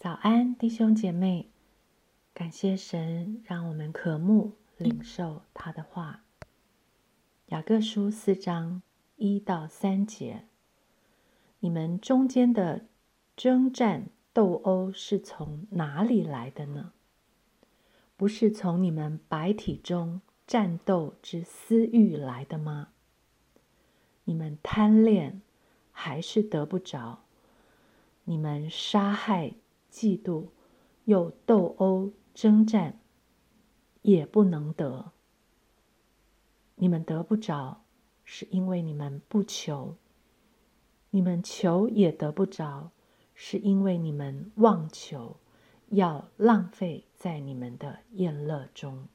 早安，弟兄姐妹，感谢神让我们渴慕领受他的话。雅各书4章1到3节，你们中间的征战斗殴是从哪里来的呢？不是从你们百体中战斗之私欲来的吗？你们贪恋还是得不着，你们杀害嫉妒又斗殴征战，也不能得。你们得不着，是因为你们不求；你们求也得不着，是因为你们妄求，要浪费在你们的宴乐中。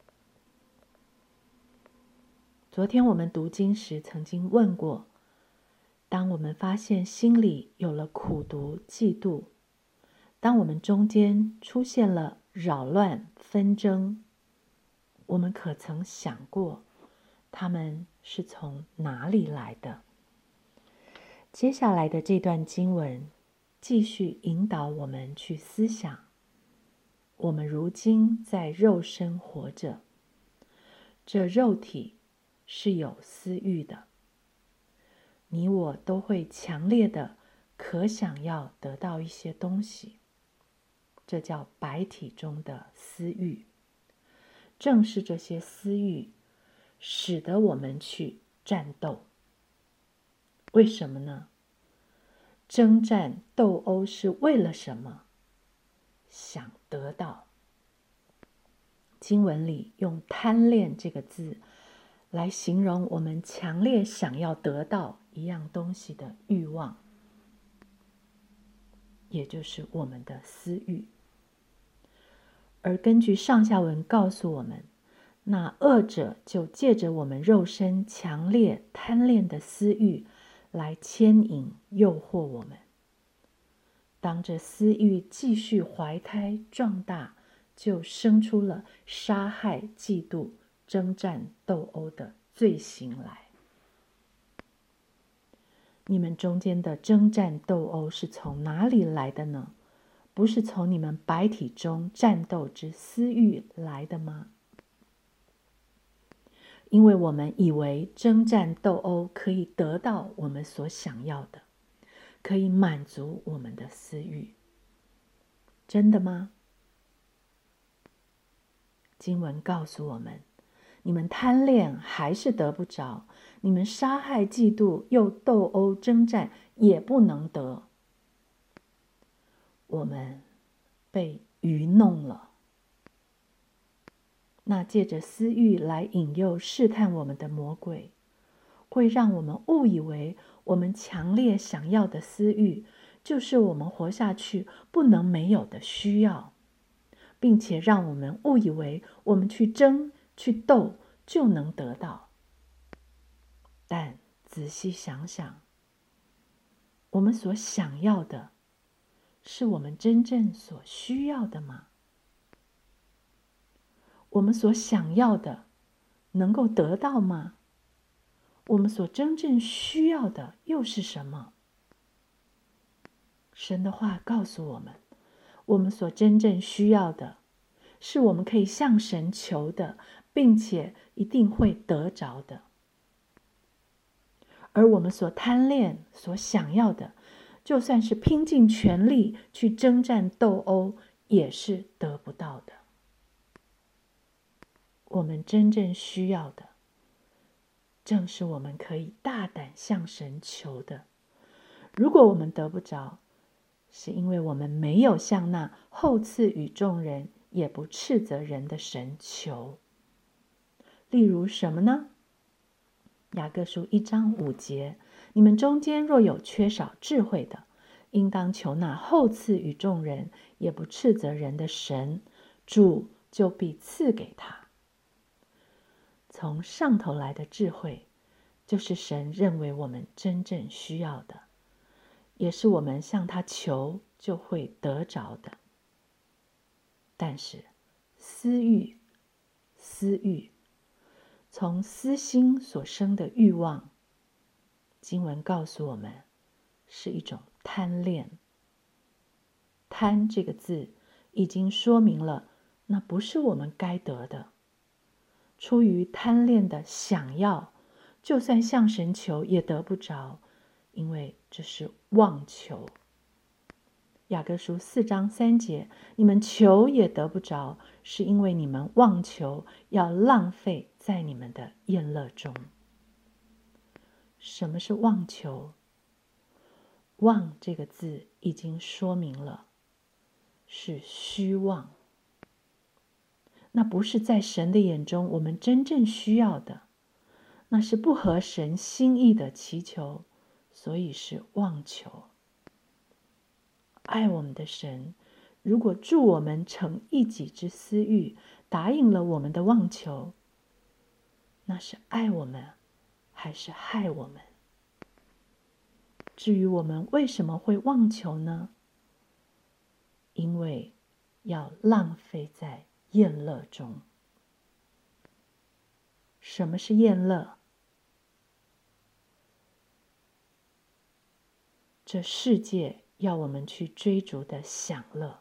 昨天我们读经时曾经问过，当我们发现心里有了苦毒、嫉妒，当我们中间出现了扰乱、纷争，我们可曾想过他们是从哪里来的？接下来的这段经文继续引导我们去思想，我们如今在肉身活着，这肉体是有私欲的，你我都会强烈的可想要得到一些东西，这叫百体中的私欲。正是这些私欲使得我们去战斗。为什么呢？征战斗殴是为了什么？想得到。经文里用贪恋这个字来形容我们强烈想要得到一样东西的欲望，也就是我们的私欲。而根据上下文告诉我们，那恶者就借着我们肉身强烈贪恋的私欲来牵引诱惑我们。当这私欲继续怀胎壮大，就生出了杀害、嫉妒、征战、斗殴的罪行来。你们中间的征战斗殴是从哪里来的呢？不是从你们百体中战斗之私欲来的吗？因为我们以为征战斗殴可以得到我们所想要的，可以满足我们的私欲。真的吗？经文告诉我们，你们贪恋还是得不着，你们杀害嫉妒又斗殴征战，也不能得。我们被愚弄了。那借着私欲来引诱试探我们的魔鬼，会让我们误以为我们强烈想要的私欲就是我们活下去不能没有的需要，并且让我们误以为我们去争去斗就能得到。但仔细想想，我们所想要的是我们真正所需要的吗？我们所想要的能够得到吗？我们所真正需要的又是什么？神的话告诉我们，我们所真正需要的是我们可以向神求的，并且一定会得着的。而我们所贪恋、所想要的，就算是拼尽全力去征战斗殴，也是得不到的。我们真正需要的，正是我们可以大胆向神求的。如果我们得不着，是因为我们没有向那厚赐与众人也不斥责人的神求。例如什么呢？雅各书1章5节，你们中间若有缺少智慧的，应当求那厚赐与众人也不斥责人的神，主就必赐给他。从上头来的智慧，就是神认为我们真正需要的，也是我们向他求就会得着的。但是私欲，从私心所生的欲望，经文告诉我们是一种贪恋贪这个字已经说明了，那不是我们该得的。出于贪恋的想要，就算向神求也得不着，因为这是妄求。雅各书4章3节，你们求也得不着，是因为你们妄求，要浪费在你们的宴乐中。什么是妄求？妄这个字已经说明了，是虚妄。那不是在神的眼中我们真正需要的，那是不合神心意的祈求，所以是妄求。爱我们的神，如果助我们成一己之私欲，答应了我们的妄求，那是爱我们还是害我们？至于我们为什么会妄求呢？因为要浪费在宴乐中。什么是宴乐？这世界要我们去追逐的享乐，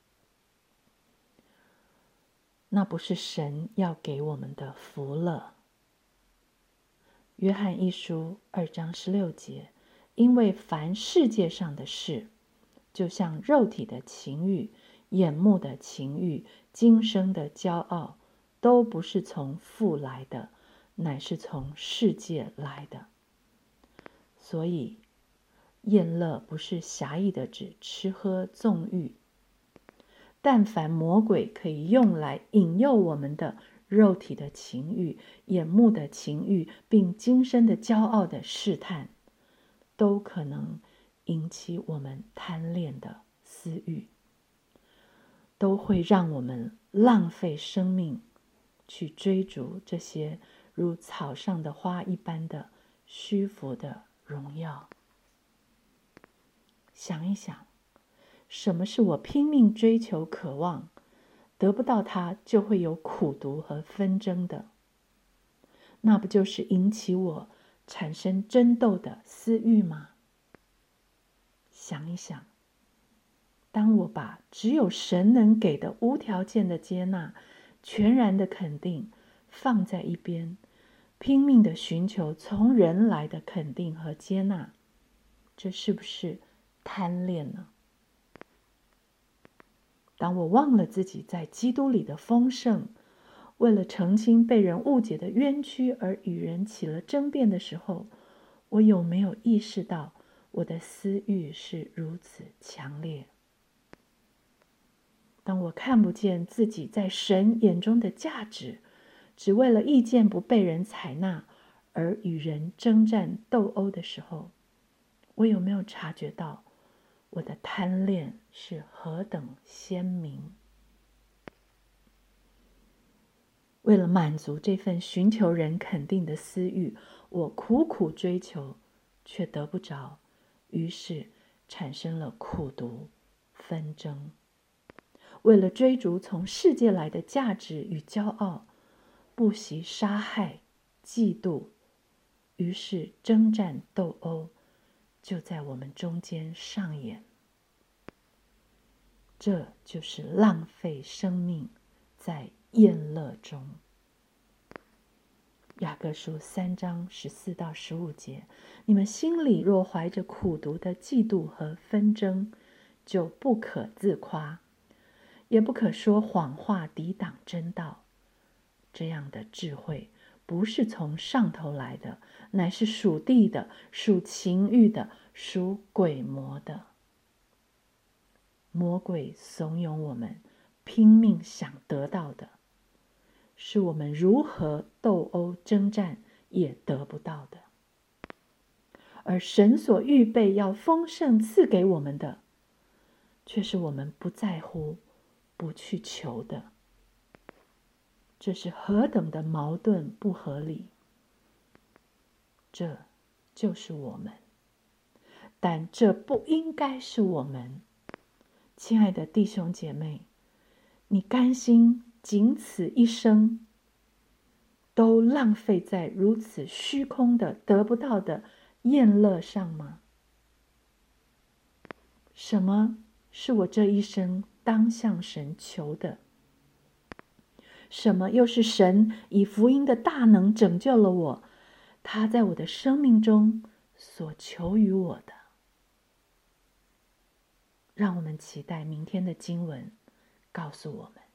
那不是神要给我们的福乐。约翰一书2章16节，因为凡世界上的事，就像肉体的情欲、眼目的情欲、今生的骄傲，都不是从父来的，乃是从世界来的。所以宴乐不是狭义的指吃喝纵欲，但凡魔鬼可以用来引诱我们的肉体的情欲、眼目的情欲，并今生的骄傲的试探，都可能引起我们贪恋的私欲，都会让我们浪费生命去追逐这些如草上的花一般的虚浮的荣耀。想一想，什么是我拼命追求渴望，得不到它就会有苦毒和纷争的？那不就是引起我产生争斗的私欲吗？想一想，当我把只有神能给的无条件的接纳、全然的肯定放在一边，拼命的寻求从人来的肯定和接纳，这是不是贪恋呢？当我忘了自己在基督里的丰盛，为了澄清被人误解的冤屈而与人起了争辩的时候，我有没有意识到我的私欲是如此强烈？当我看不见自己在神眼中的价值，只为了意见不被人采纳而与人征战斗殴的时候，我有没有察觉到我的贪恋是何等鲜明？为了满足这份寻求人肯定的私欲，我苦苦追求，却得不着，于是产生了苦毒、纷争。为了追逐从世界来的价值与骄傲，不惜杀害、嫉妒，于是征战斗殴就在我们中间上演。这就是浪费生命在宴乐中。雅各书3章14到15节，你们心里若怀着苦毒的嫉妒和纷争，就不可自夸，也不可说谎话抵挡真道。这样的智慧不是从上头来的，乃是属地的，属情欲的，属鬼魔的。魔鬼怂恿我们拼命想得到的，是我们如何斗殴征战也得不到的。而神所预备要丰盛赐给我们的，却是我们不在乎、不去求的。这是何等的矛盾不合理！这就是我们，但这不应该是我们。亲爱的弟兄姐妹，你甘心仅此一生都浪费在如此虚空的得不到的宴乐上吗？什么是我这一生当向神求的？什么又是神以福音的大能拯救了我，他在我的生命中所求于我的？让我们期待明天的经文告诉我们。